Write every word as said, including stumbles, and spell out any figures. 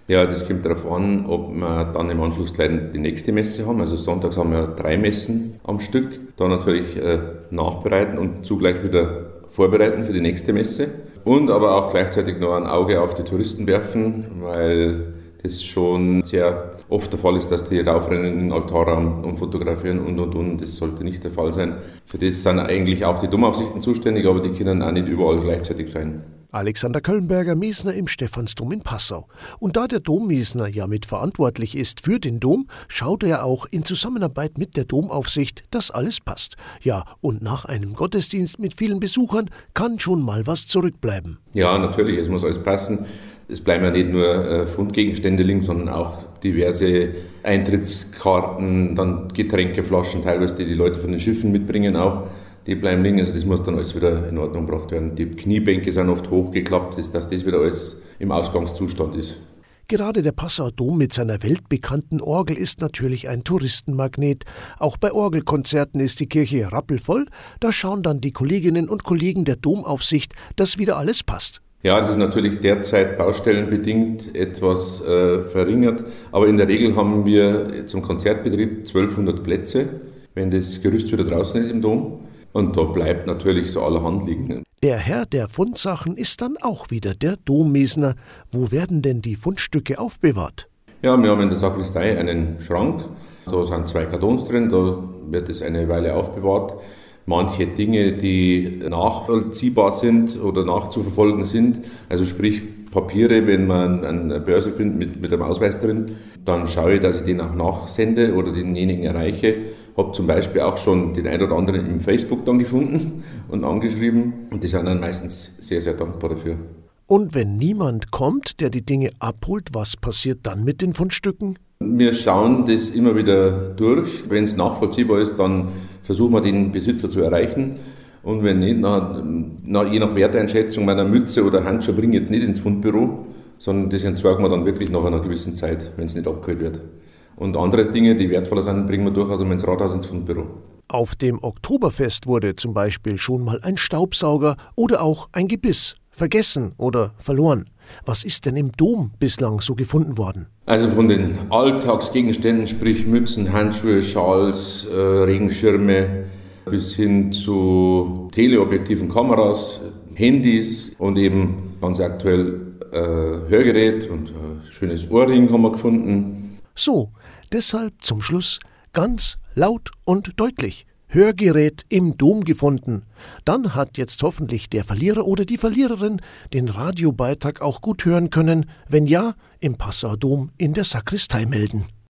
Ja, das kommt darauf an, ob wir dann im Anschluss gleich die nächste Messe haben. Also sonntags haben wir drei Messen am Stück. Dann natürlich äh, nachbereiten und zugleich wieder vorbereiten für die nächste Messe. Und aber auch gleichzeitig noch ein Auge auf die Touristen werfen, weil das schon sehr oft der Fall ist, dass die raufrennen in den Altarraum und fotografieren und und und. Das sollte nicht der Fall sein. Für das sind eigentlich auch die Domaufsichten zuständig, aber die können auch nicht überall gleichzeitig sein. Alexander Kölnberger, Mesner im Stephansdom in Passau. Und da der Dommesner ja mitverantwortlich ist für den Dom, schaut er auch in Zusammenarbeit mit der Domaufsicht, dass alles passt. Ja, und nach einem Gottesdienst mit vielen Besuchern kann schon mal was zurückbleiben. Ja, natürlich, es muss alles passen. Es bleiben ja nicht nur äh, Fundgegenstände liegen, sondern auch diverse Eintrittskarten, dann Getränkeflaschen teilweise, die die Leute von den Schiffen mitbringen auch. Die bleiben liegen, also das muss dann alles wieder in Ordnung gebracht werden. Die Kniebänke sind oft hochgeklappt, dass das wieder alles im Ausgangszustand ist. Gerade der Passauer Dom mit seiner weltbekannten Orgel ist natürlich ein Touristenmagnet. Auch bei Orgelkonzerten ist die Kirche rappelvoll. Da schauen dann die Kolleginnen und Kollegen der Domaufsicht, dass wieder alles passt. Ja, das ist natürlich derzeit baustellenbedingt etwas äh, verringert. Aber in der Regel haben wir zum Konzertbetrieb zwölfhundert Plätze, wenn das Gerüst wieder draußen ist im Dom. Und da bleibt natürlich so allerhand liegen. Der Herr der Fundsachen ist dann auch wieder der Dommesner. Wo werden denn die Fundstücke aufbewahrt? Ja, wir haben in der Sakristei einen Schrank. Da sind zwei Kartons drin, da wird es eine Weile aufbewahrt. Manche Dinge, die nachvollziehbar sind oder nachzuverfolgen sind, also sprich Papiere, wenn man eine Börse findet mit, mit einem Ausweis drin, dann schaue ich, dass ich den auch nachsende oder denjenigen erreiche. Habe zum Beispiel auch schon den einen oder anderen im Facebook dann gefunden und angeschrieben und die sind dann meistens sehr, sehr dankbar dafür. Und wenn niemand kommt, der die Dinge abholt, was passiert dann mit den Fundstücken? Wir schauen das immer wieder durch. Wenn es nachvollziehbar ist, dann versuchen wir den Besitzer zu erreichen. Und wenn nicht, na, na, je nach Werteinschätzung meiner Mütze oder Handschuhe bringe ich jetzt nicht ins Fundbüro, sondern das entsorgen wir dann wirklich nach einer gewissen Zeit, wenn es nicht abgeholt wird. Und andere Dinge, die wertvoller sind, bringen wir durchaus ins Rathaus ins Fundbüro. Auf dem Oktoberfest wurde zum Beispiel schon mal ein Staubsauger oder auch ein Gebiss vergessen oder verloren. Was ist denn im Dom bislang so gefunden worden? Also von den Alltagsgegenständen, sprich Mützen, Handschuhe, Schals, äh, Regenschirme, bis hin zu teleobjektiven Kameras, Handys und eben ganz aktuell äh, Hörgerät und äh, schönes Ohrring haben wir gefunden. So, deshalb zum Schluss ganz laut und deutlich. Hörgerät im Dom gefunden. Dann hat jetzt hoffentlich der Verlierer oder die Verliererin den Radiobeitrag auch gut hören können. Wenn ja, im Passauer Dom in der Sakristei melden.